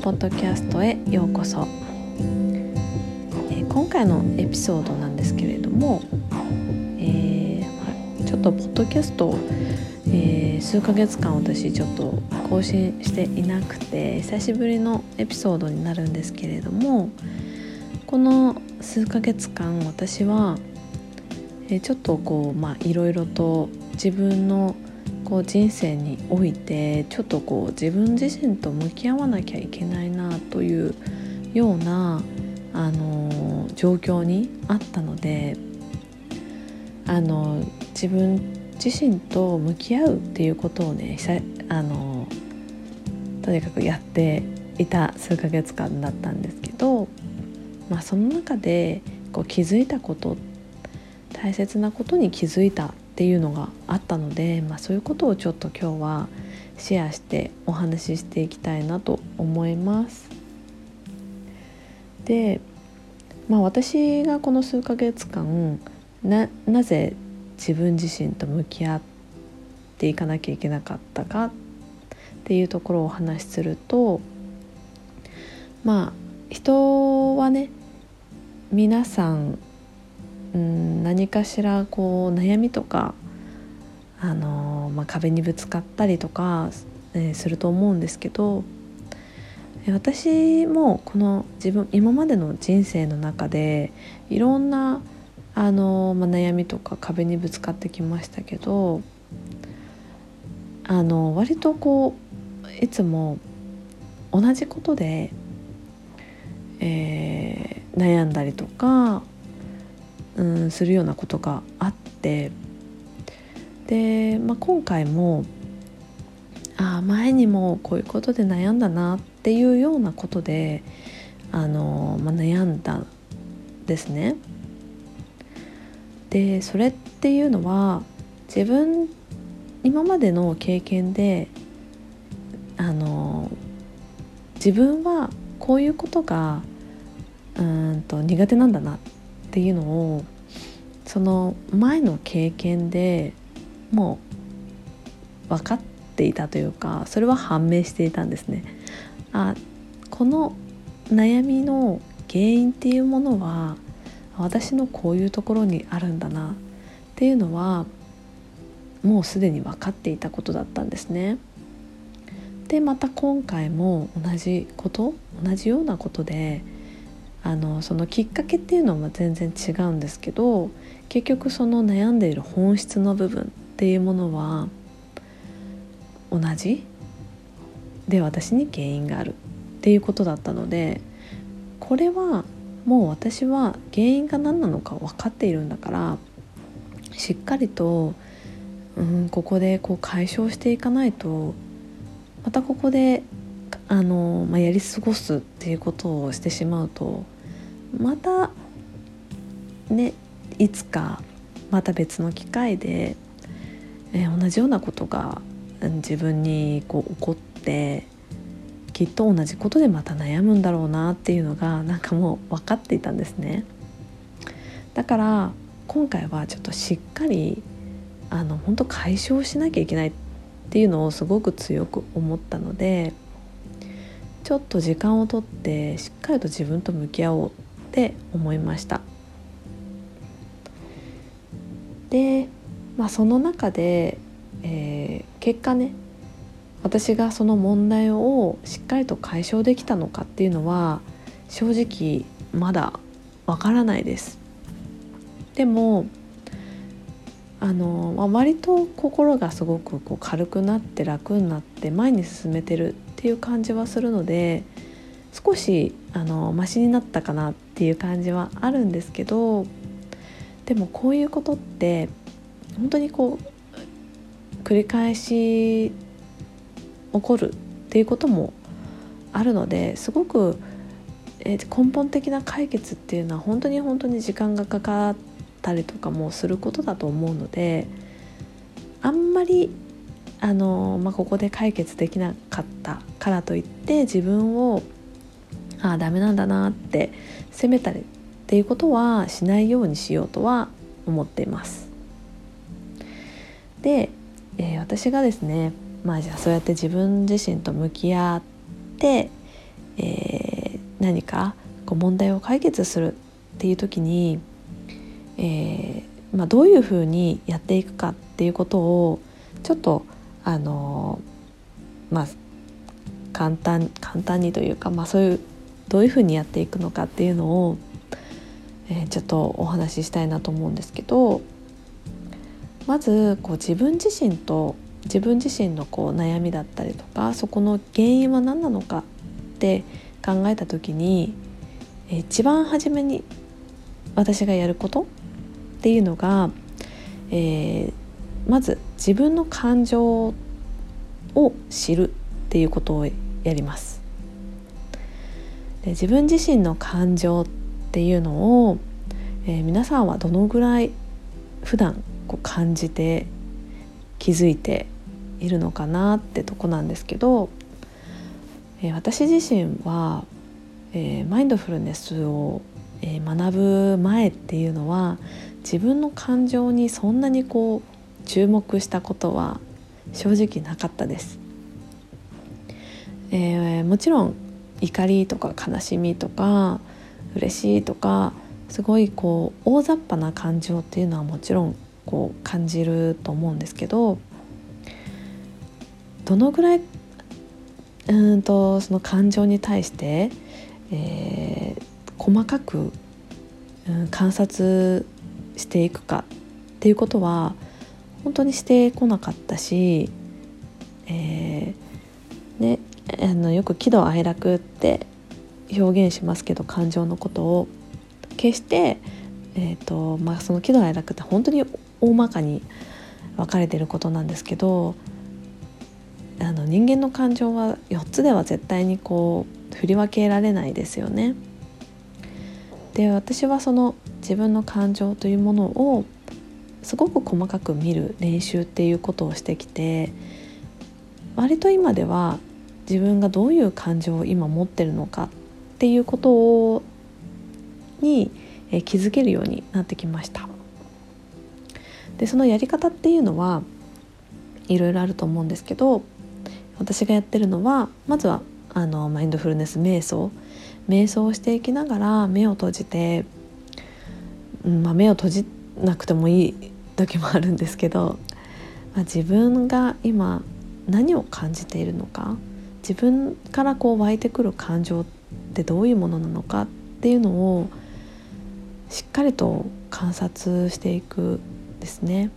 ポッドキャストへようこそ。今回のエピソードなんですけれども、ちょっとポッドキャストを、数ヶ月間私ちょっと更新していなくて久しぶりのエピソードになるんですけれども、この数ヶ月間私は、ちょっといろいろと自分の人生においてちょっと自分自身と向き合わなきゃいけないなというような、状況にあったので、自分自身と向き合うっていうことをね、とにかくやっていた数ヶ月間だったんですけど、その中で気づいたこと、大切なことに気づいたっていうのがあったので、そういうことをちょっと今日はシェアしてお話ししていきたいなと思います。で、私がこの数ヶ月間なぜ自分自身と向き合っていかなきゃいけなかったかっていうところをお話しすると、人はね、皆さん何かしら悩みとか、壁にぶつかったりとか、すると思うんですけど、私もこの今までの人生の中でいろんな悩みとか壁にぶつかってきましたけど、割といつも同じことで、悩んだりとかするようなことがあって、で、今回も前にもこういうことで悩んだなっていうようなことで悩んだんですね。でそれっていうのは今までの経験で自分はこういうことが苦手なんだなっていうのをその前の経験でもう分かっていたというか、それは判明していたんですね。この悩みの原因っていうものは私のこういうところにあるんだなっていうのはもうすでに分かっていたことだったんですね。でまた今回も同じようなことでそのきっかけっていうのは全然違うんですけど、結局その悩んでいる本質の部分っていうものは同じで私に原因があるっていうことだったので、これはもう私は原因が何なのか分かっているんだから、しっかりと、ここで解消していかないとまたここでやり過ごすっていうことをしてしまうと、またね、いつかまた別の機会で、同じようなことが自分に起こって、きっと同じことでまた悩むんだろうなっていうのがもう分かっていたんですね。だから今回はちょっとしっかり本当解消しなきゃいけないっていうのをすごく強く思ったので、ちょっと時間をとってしっかりと自分と向き合おうって思いました。で、その中で、結果ね、私がその問題をしっかりと解消できたのかっていうのは正直まだわからないです。でも割と心がすごく軽くなって楽になって前に進めてるっていう感じはするので、少しマシになったかなっていう感じはあるんですけど、でもこういうことって本当に繰り返し起こるっていうこともあるので、すごく、根本的な解決っていうのは本当に時間がかかったりとかもすることだと思うので、あんまりここで解決できなかったからといって自分をダメなんだなって責めたりっていうことはしないようにしようとは思っています。で、私がですね、じゃあそうやって自分自身と向き合って、 何かこう問題を解決するっていう時に、どういうふうにやっていくかっていうことをちょっと簡単にというか、そういうどういうふうにやっていくのかっていうのを、ちょっとお話ししたいなと思うんですけど、まずこう自分自身のこう悩みだったりとか、そこの原因は何なのかって考えた時に、一番初めに私がやることっていうのが、まず自分の感情を知るっていうことをやります。で、自分自身の感情っていうのを、皆さんはどのぐらい普段こう感じて気づいているのかなってとこなんですけど、私自身は、マインドフルネスを、学ぶ前っていうのは自分の感情にそんなにこう注目したことは正直なかったです。もちろん怒りとか悲しみとか嬉しいとか、すごいこう大雑把な感情っていうのはもちろんこう感じると思うんですけど、どのぐらいその感情に対して、細かく、観察していくかっていうことは本当にしてこなかったし、よく喜怒哀楽って表現しますけど、感情のことを決して、その喜怒哀楽って本当に大まかに分かれていることなんですけど、人間の感情は4つでは絶対にこう振り分けられないですよね。で、私はその自分の感情というものをすごく細かく見る練習っていうことをしてきて、割と今では自分がどういう感情を今持ってるのかっていうことに気づけるようになってきました。で、そのやり方っていうのはいろいろあると思うんですけど、私がやってるのはまずはマインドフルネス瞑想をしていきながら目を閉じて、目を閉じなくてもいい時もあるんですけど、自分が今何を感じているのか、自分からこう湧いてくる感情ってどういうものなのかっていうのをしっかりと観察していくですね。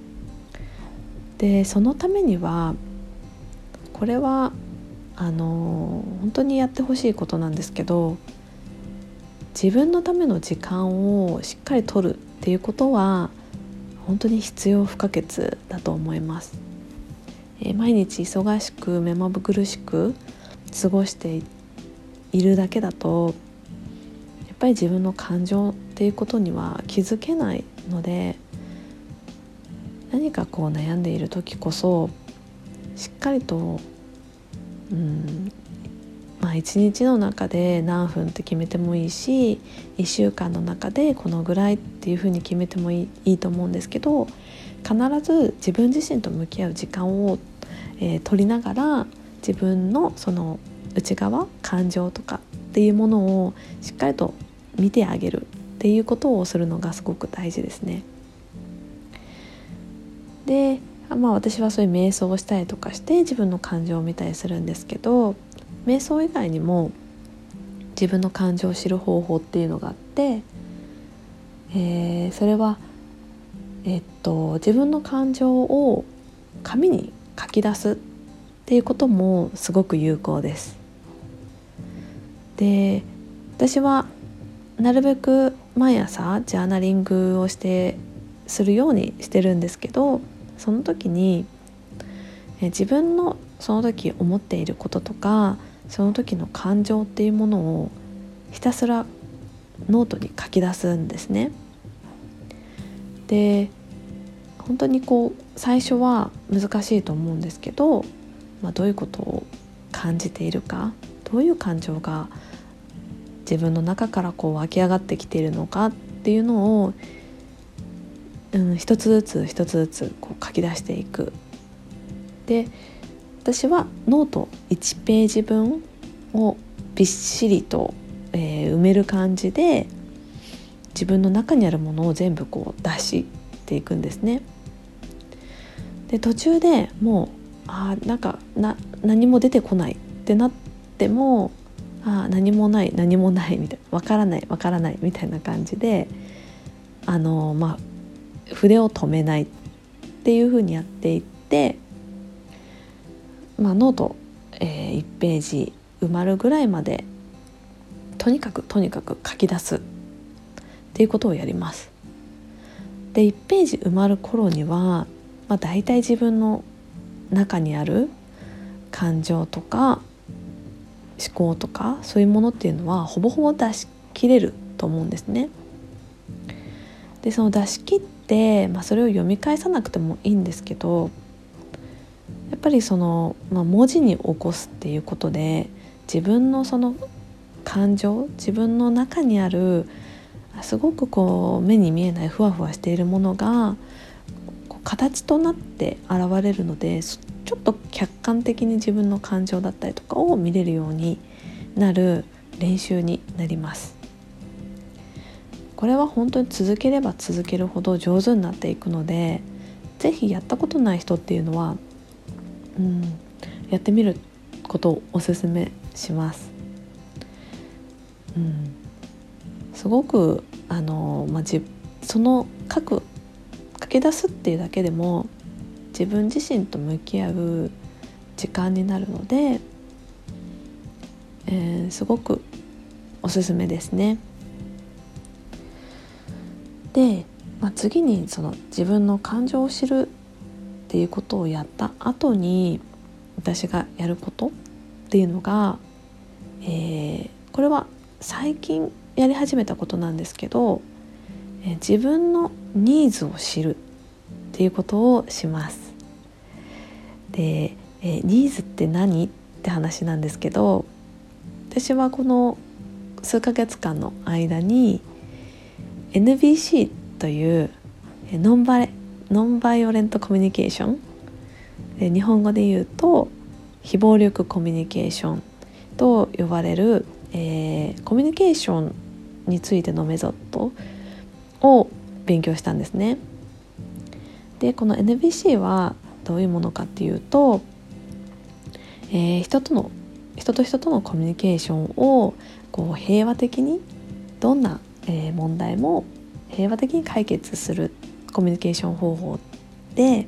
で、そのためにはこれは本当にやってほしいことなんですけど、自分のための時間をしっかり取るっていうことは本当に必要不可欠だと思います。毎日忙しく目まぐるしく過ごしているだけだと、やっぱり自分の感情っていうことには気づけないので、何かこう悩んでいる時こそしっかりと1日の中で何分って決めてもいいし、1週間の中でこのぐらいっていうふうに決めてもいいと思うんですけど、必ず自分自身と向き合う時間を、取りながら、自分のその内側感情とかっていうものをしっかりと見てあげるっていうことをするのがすごく大事ですね。で、私はそういう瞑想をしたりとかして自分の感情を見たりするんですけど、瞑想以外にも自分の感情を知る方法っていうのがあって、それは、自分の感情を紙に書き出すっていうこともすごく有効です。で、私はなるべく毎朝ジャーナリングをするようにしてるんですけど、その時に自分のその時思っていることとか、その時の感情っていうものをひたすらノートに書き出すんですね。で、本当にこう最初は難しいと思うんですけど、どういうことを感じているか、どういう感情が自分の中からこう湧き上がってきているのかっていうのを、一つずつこう書き出していく。で、私はノート1ページ分をびっしりと、埋める感じで自分の中にあるものを全部こう出していくんですね。で途中でもう何も出てこないってなっても何もないみたいな、わからないみたいな感じで筆を止めないっていう風にやっていって、ノート、1ページ埋まるぐらいまでとにかく書き出すっていうことをやります。で1ページ埋まる頃には、だいたい自分の中にある感情とか思考とかそういうものっていうのはほぼほぼ出し切れると思うんですね。でその出し切って、それを読み返さなくてもいいんですけど、やっぱりその、文字に起こすっていうことで自分のその感情、自分の中にあるすごくこう目に見えないふわふわしているものが形となって現れるので、ちょっと客観的に自分の感情だったりとかを見れるようになる練習になります。これは本当に続ければ続けるほど上手になっていくので、ぜひやったことない人っていうのは、やってみることをおすすめします。すごくその書き出すっていうだけでも自分自身と向き合う時間になるので、すごくおすすめですね。で、次にその自分の感情を知るっていうことをやった後に私がやることっていうのが、これは最近やり始めたことなんですけど、自分のニーズを知るっていうことをします。で、ニーズって何って話なんですけど、私はこの数ヶ月間の間に NBC というノンバイオレントコミュニケーション、日本語で言うと非暴力コミュニケーションと呼ばれる、コミュニケーションについてのメソッドを勉強したんですね。でこの NBC はどういうものかっていうと、人と人とのコミュニケーションをこう平和的にどんな、問題も平和的に解決するコミュニケーション方法で、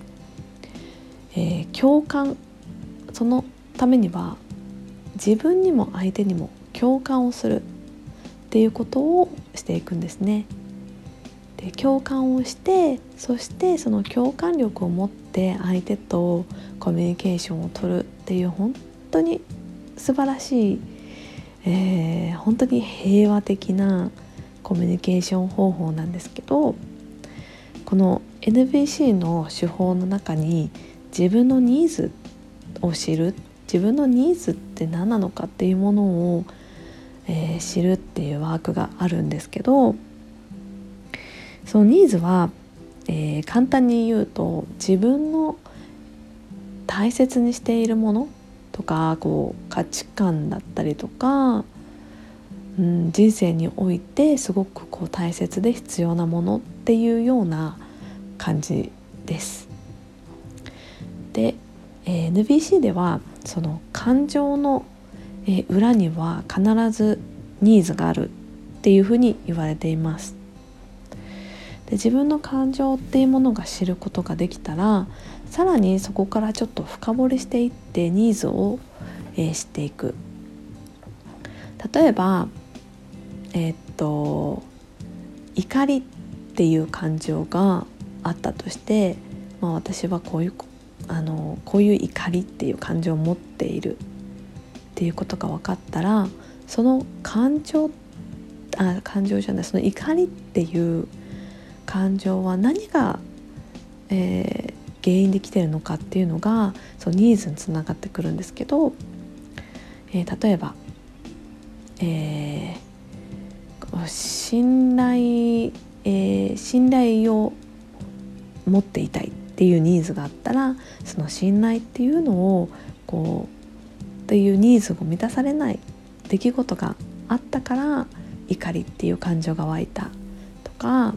共感、そのためには自分にも相手にも共感をするっていうことをしていくんですね。で共感をして、そしてその共感力を持って相手とコミュニケーションを取るっていう本当に素晴らしい、本当に平和的なコミュニケーション方法なんですけど、この NBC の手法の中に自分のニーズを知る、自分のニーズって何なのかっていうものを、知るっていうワークがあるんですけど、そのニーズは、簡単に言うと自分の大切にしているものとかこう価値観だったりとか、人生においてすごくこう大切で必要なものっていうような感じです。で、NBC ではその感情の、裏には必ずニーズがあるっていうふうに言われています。で自分の感情っていうものが知ることができたら、さらにそこからちょっと深掘りしていってニーズを、知っていく。例えば怒りっていう感情があったとして、私はこういう怒りっていう感情を持っているっていうことが分かったら、そのその怒りっていう感情は何が、原因で来てるのかっていうのがそのニーズにつながってくるんですけど、例えば、信頼を持っていたいっていうニーズがあったら、その信頼っていうのをっていうニーズが満たされないっ出来事があったから怒りっていう感情が湧いたとか、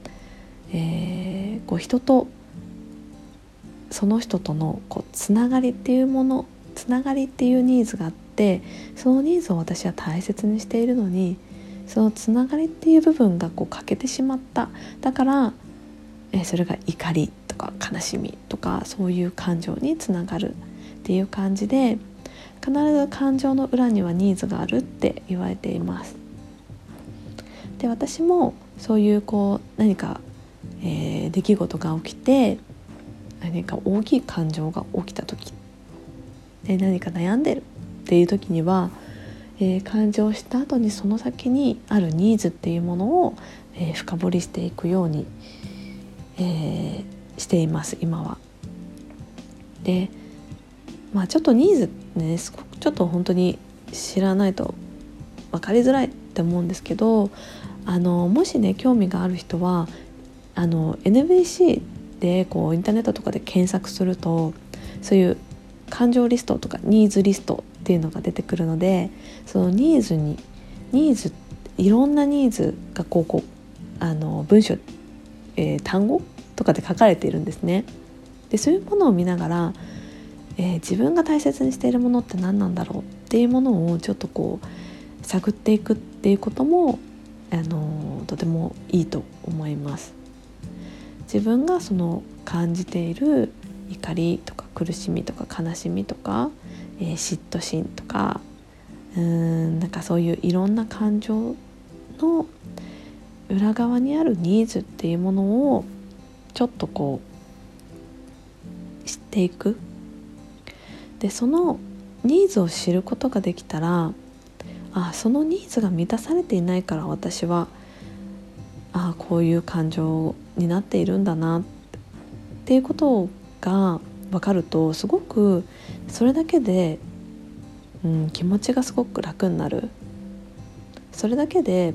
こう人とその人とのこうつながりっていうもの、つながりっていうニーズがあって、そのニーズを私は大切にしているのに、そのつながりっていう部分がこう欠けてしまった。だから、それが怒りとか悲しみとかそういう感情につながるっていう感じで、必ず感情の裏にはニーズがあるって言われています。で、私もそういうこう何か、出来事が起きて、何か大きい感情が起きた時で、何か悩んでるっていう時には、感情した後にその先にあるニーズっていうものを、深掘りしていくように、しています今は。で、ちょっとニーズね、すごくちょっと本当に知らないと分かりづらいって思うんですけど、もしね興味がある人はNVC でこうインターネットとかで検索すると、そういう感情リストとかニーズリストっていうのが出てくるので、そのニーズいろんなニーズがこう文章、単語とかで書かれているんですね。で、そういうものを見ながら、自分が大切にしているものって何なんだろうっていうものをちょっとこう探っていくっていうこともとてもいいと思います。自分がその感じている怒りとか苦しみとか悲しみとか、嫉妬心とかなんかそういういろんな感情の裏側にあるニーズっていうものをちょっとこう知っていく。で、そのニーズを知ることができたら、そのニーズが満たされていないから私はこういう感情になっているんだなっていうことが分かると、すごくそれだけで、気持ちがすごく楽になる。それだけで、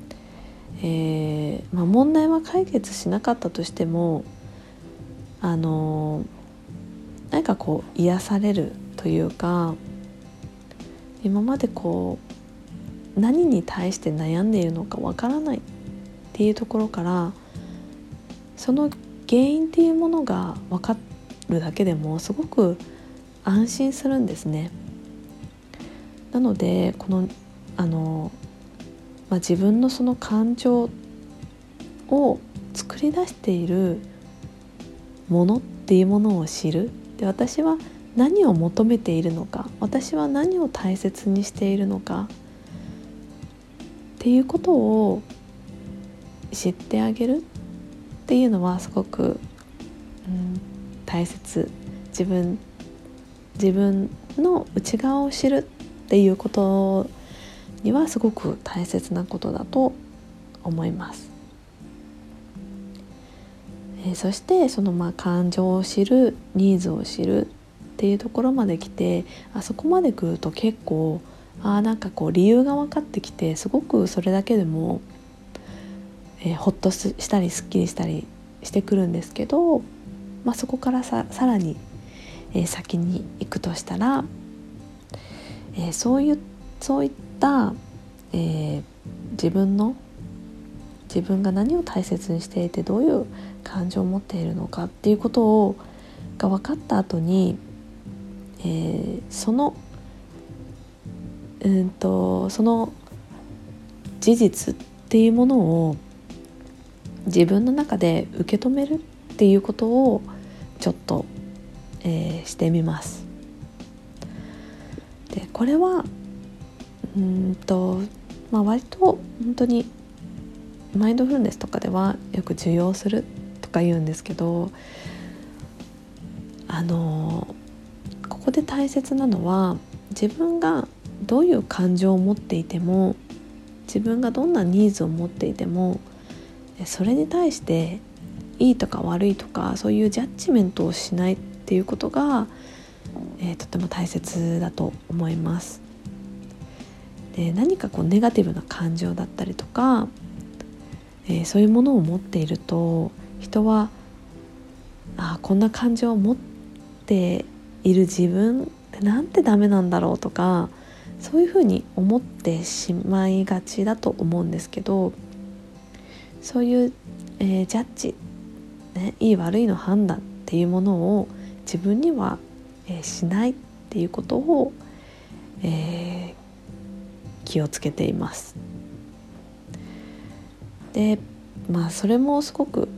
問題は解決しなかったとしても何かこう癒されるというか、今までこう何に対して悩んでいるのかわからないっていうところから、その原因っていうものが分かるだけでもすごく安心するんですね。なのでこの自分のその感情を作り出しているものっていうものを知る。で、私は何を求めているのか、私は何を大切にしているのかっていうことを知ってあげるっていうのはすごく、大切。自分の内側を知るっていうことにはすごく大切なことだと思います。そしてその感情を知る、ニーズを知るっていうところまで来て、そこまで来ると結構なんかこう理由が分かってきて、すごくそれだけでも、ほっとしたりすっきりしたりしてくるんですけど、そこからさらに、先に行くとしたら、そういった、自分が何を大切にしていて、どういう感情を持っているのかっていうことが分かった後に、その事実っていうものを自分の中で受け止めるっていうことをちょっと、してみます。で、これは割と本当にマインドフルネスとかではよく受容するとか言うんですけど、ここで大切なのは、自分がどういう感情を持っていても、自分がどんなニーズを持っていても、それに対していいとか悪いとかそういうジャッジメントをしないっていうことが、とても大切だと思います。で、何かこうネガティブな感情だったりとか、そういうものを持っていると、人はこんな感情を持っている自分ってなんてダメなんだろうとか、 そういうふうに思ってしまいがちだと思うんですけど、そういう、ジャッジ、いい悪いの判断っていうものを自分には、しないっていうことを、気をつけています。で、それもすごく、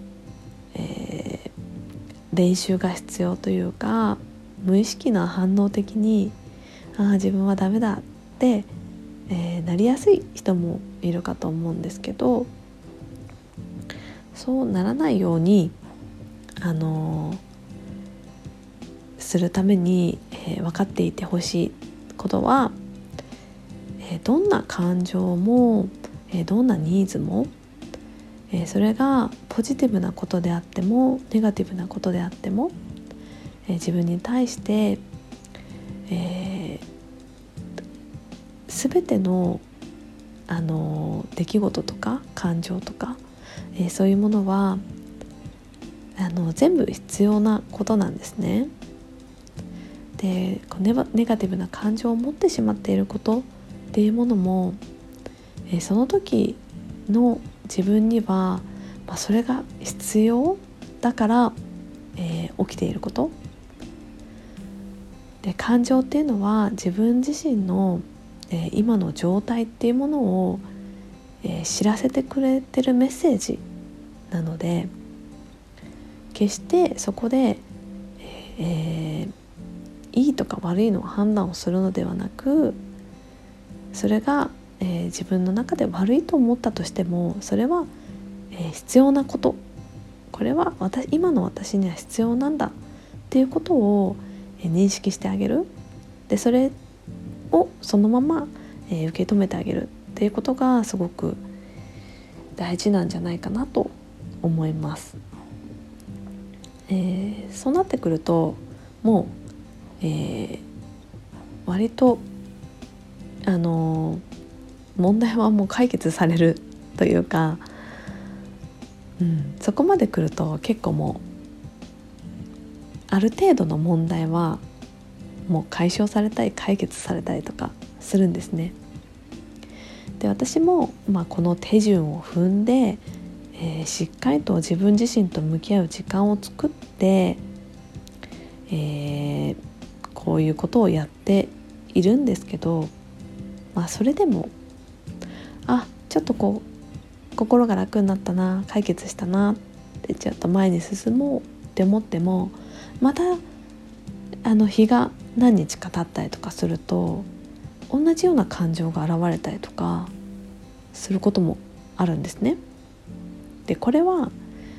練習が必要というか、無意識な反応的に自分はダメだって、なりやすい人もいるかと思うんですけど、そうならないようにするために、分かっていてほしいことは、どんな感情も、どんなニーズも、それがポジティブなことであってもネガティブなことであっても、自分に対して、全ての、出来事とか感情とか、そういうものは全部必要なことなんですね。で、ネガティブな感情を持ってしまっていることっていうものも、その時の自分には、それが必要だから、起きていることで、感情っていうのは自分自身の、今の状態っていうものを、知らせてくれてるメッセージなので、決してそこで、いいとか悪いの判断をするのではなく、それが、自分の中で悪いと思ったとしても、それは、必要なこと、これは今の私には必要なんだっていうことを、認識してあげる。で、それをそのまま、受け止めてあげるっていうことがすごく大事なんじゃないかなと思います。そうなってくるともう、割と問題はもう解決されるというか、そこまで来ると結構もうある程度の問題はもう解消されたり解決されたりとかするんですね。で、私も、この手順を踏んで、しっかりと自分自身と向き合う時間を作って、こういうことをやっているんですけど、それでもちょっと心が楽になったな、解決したなってちょっと前に進もうって思っても、また日が何日か経ったりとかすると同じような感情が現れたりとかすることもあるんですね。で、これは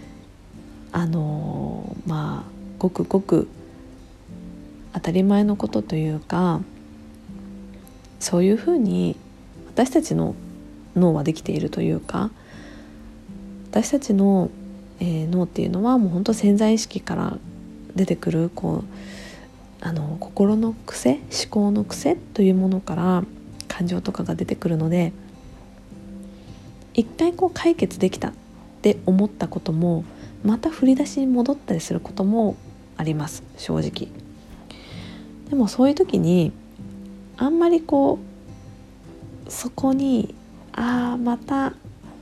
ごくごく当たり前のことというか、そういうふうに私たちの脳はできているというか、私たちの、脳っていうのはもう本当潜在意識から出てくる心の癖、思考の癖というものから感情とかが出てくるので、一回解決できたって思ったこともまた振り出しに戻ったりすることもあります、正直。でもそういう時にあんまりそこにまた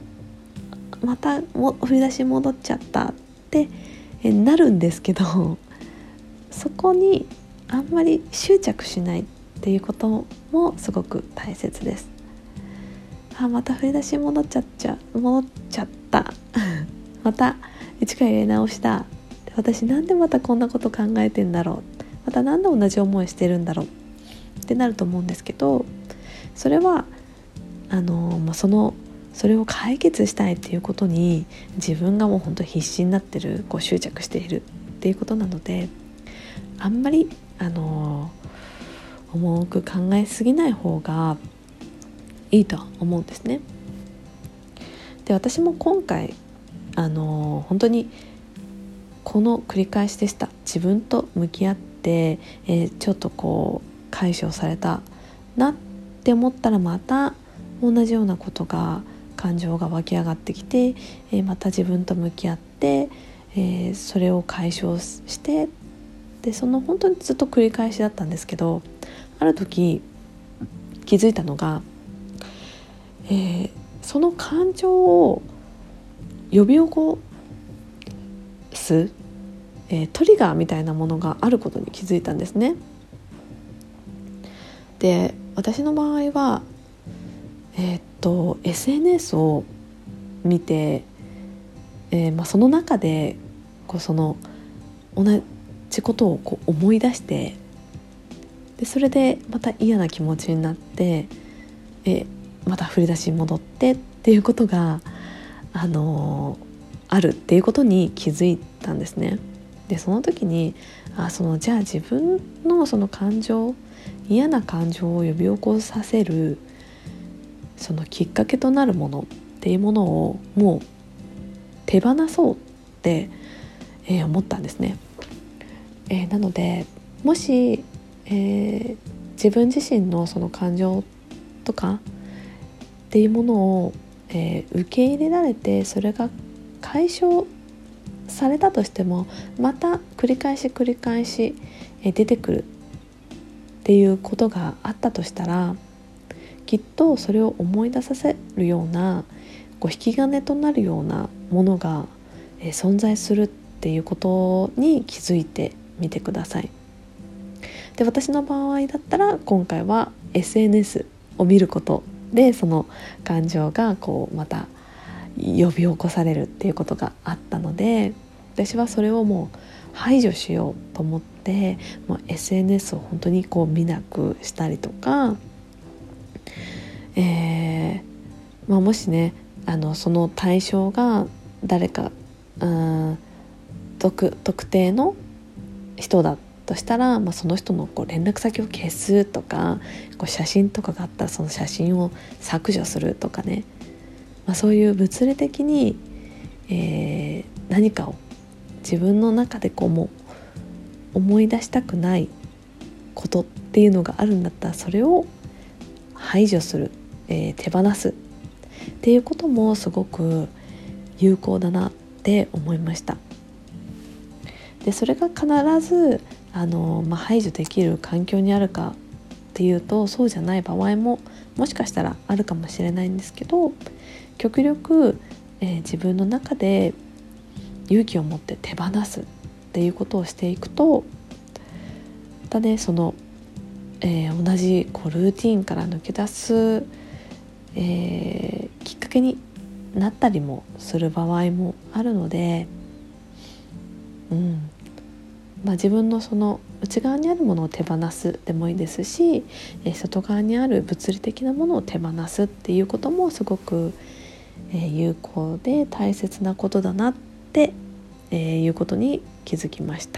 振り出しに戻っちゃったってなるんですけど、そこにあんまり執着しないっていうこともすごく大切です。また振り出しに戻っちゃったまた一から入れ直しだ、私なんでまたこんなこと考えてんだろう、またなんで同じ思いしてるんだろうってなると思うんですけど、それはそれを解決したいっていうことに自分がもう本当必死になってる、執着しているっていうことなので、あんまり重く考えすぎない方がいいと思うんですね。で、私も今回本当にこの繰り返しでした。自分と向き合って、ちょっと解消されたなって思ったら、また同じようなことが、感情が湧き上がってきて、また自分と向き合って、それを解消して、で本当にずっと繰り返しだったんですけど、ある時気づいたのが、その感情を呼び起こす、トリガーみたいなものがあることに気づいたんですね。で、私の場合はSNS を見て、その中でその同じことを思い出して、でそれでまた嫌な気持ちになって、また振り出しに戻ってっていうことが、あるっていうことに気づいたんですね。でその時にじゃあ自分のその感情、嫌な感情を呼び起こさせるそのきっかけとなるものっていうものをもう手放そうって、思ったんですね。なのでもし、自分自身のその感情とかっていうものを、受け入れられて、それが解消されたとしても、また繰り返し、出てくるっていうことがあったとしたら、きっとそれを思い出させるような引き金となるようなものが、存在するっていうことに気づいてみてください。で、私の場合だったら今回は SNS を見ることで、その感情がまた呼び起こされるっていうことがあったので、私はそれをもう排除しようと思って、SNS を本当に見なくしたりとか、もしねその対象が誰か特定の人だとしたら、その人の連絡先を消すとか、写真とかがあったらその写真を削除するとかね、そういう物理的に、何かを自分の中でもう思い出したくないことっていうのがあるんだったら、それを排除する、手放すっていうこともすごく有効だなって思いました。でそれが必ず排除できる環境にあるかっていうと、そうじゃない場合ももしかしたらあるかもしれないんですけど、極力、自分の中で勇気を持って手放すっていうことをしていくと、またね同じルーティンから抜け出す、きっかけになったりもする場合もあるので、自分のその内側にあるものを手放すでもいいですし、外側にある物理的なものを手放すっていうこともすごく、有効で大切なことだなって、いうことに気づきました。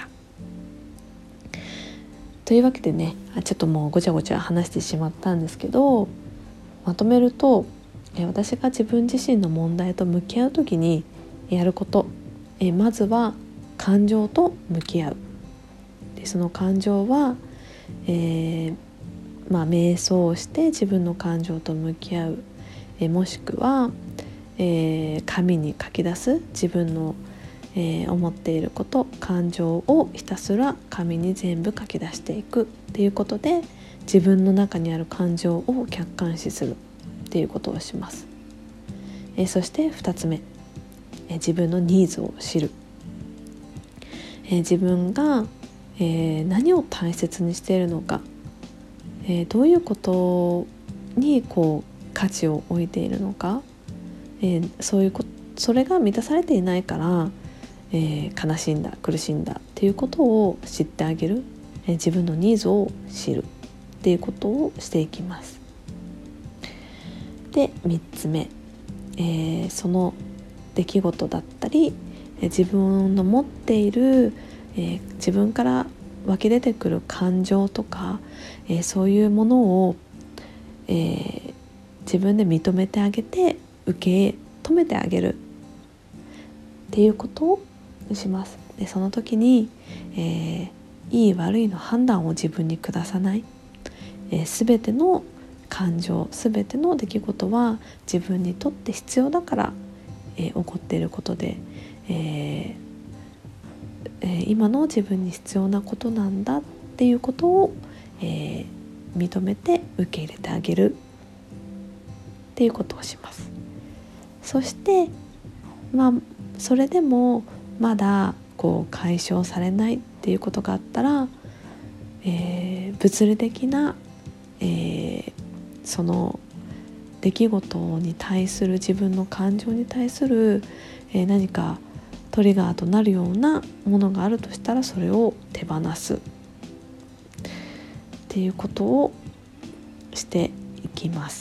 というわけでね、ちょっともうごちゃごちゃ話してしまったんですけど、まとめると、私が自分自身の問題と向き合うときにやること、まずは感情と向き合う。でその感情は、瞑想をして自分の感情と向き合う、もしくは、紙に書き出す自分の、思っていること、感情をひたすら紙に全部書き出していくっていうことで、自分の中にある感情を客観視するっていうことをします。そして2つ目、自分のニーズを知る。自分が、何を大切にしているのか、どういうことに価値を置いているのか、それが満たされていないから、悲しんだ苦しんだっていうことを知ってあげる、自分のニーズを知るっていうことをしていきます。で3つ目、その出来事だったり、自分の持っている、自分から湧き出てくる感情とか、そういうものを、自分で認めてあげて受け止めてあげるっていうことをします。でその時に、いい悪いの判断を自分に下さない、全ての感情、全ての出来事は自分にとって必要だから、起こっていることで、今の自分に必要なことなんだっていうことを、 認めて受け入れてあげるっていうことをします。そしてそれでもまだ解消されないっていうことがあったら、物理的な、その出来事に対する自分の感情に対する、何かトリガーとなるようなものがあるとしたら、それを手放すっていうことをしていきます。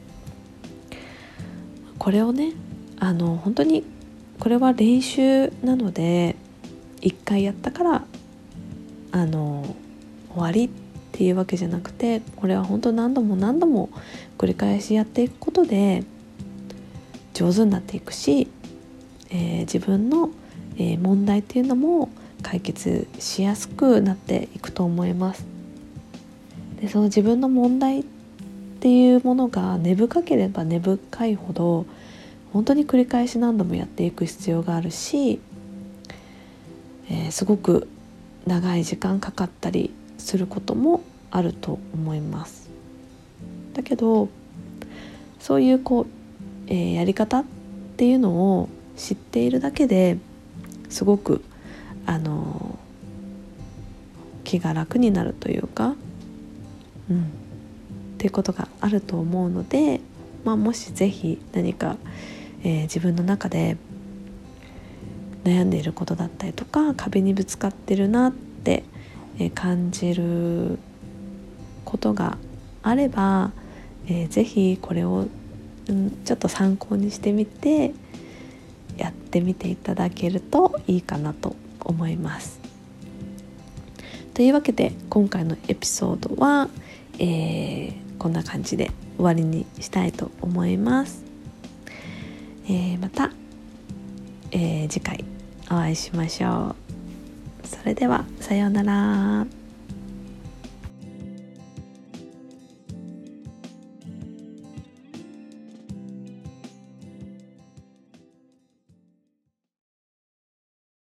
これをね、本当にこれは練習なので、一回やったから終わりっていうわけじゃなくて、これは本当何度も何度も繰り返しやっていくことで上手になっていくし、自分の、問題っていうのも解決しやすくなっていくと思います。で、その自分の問題っていうものが根深ければ根深いほど、本当に繰り返し何度もやっていく必要があるし、すごく長い時間かかったりすることもあると思います。だけどそういうやり方っていうのを知っているだけですごく気が楽になるというか、っていうことがあると思うので、もしぜひ何か、自分の中で悩んでいることだったりとか、壁にぶつかってるなって、感じることがあれば、ぜひこれを、ちょっと参考にしてみてやってみていただけるといいかなと思います。というわけで今回のエピソードは、こんな感じで終わりにしたいと思います。また、次回お会いしましょう。それではさようなら。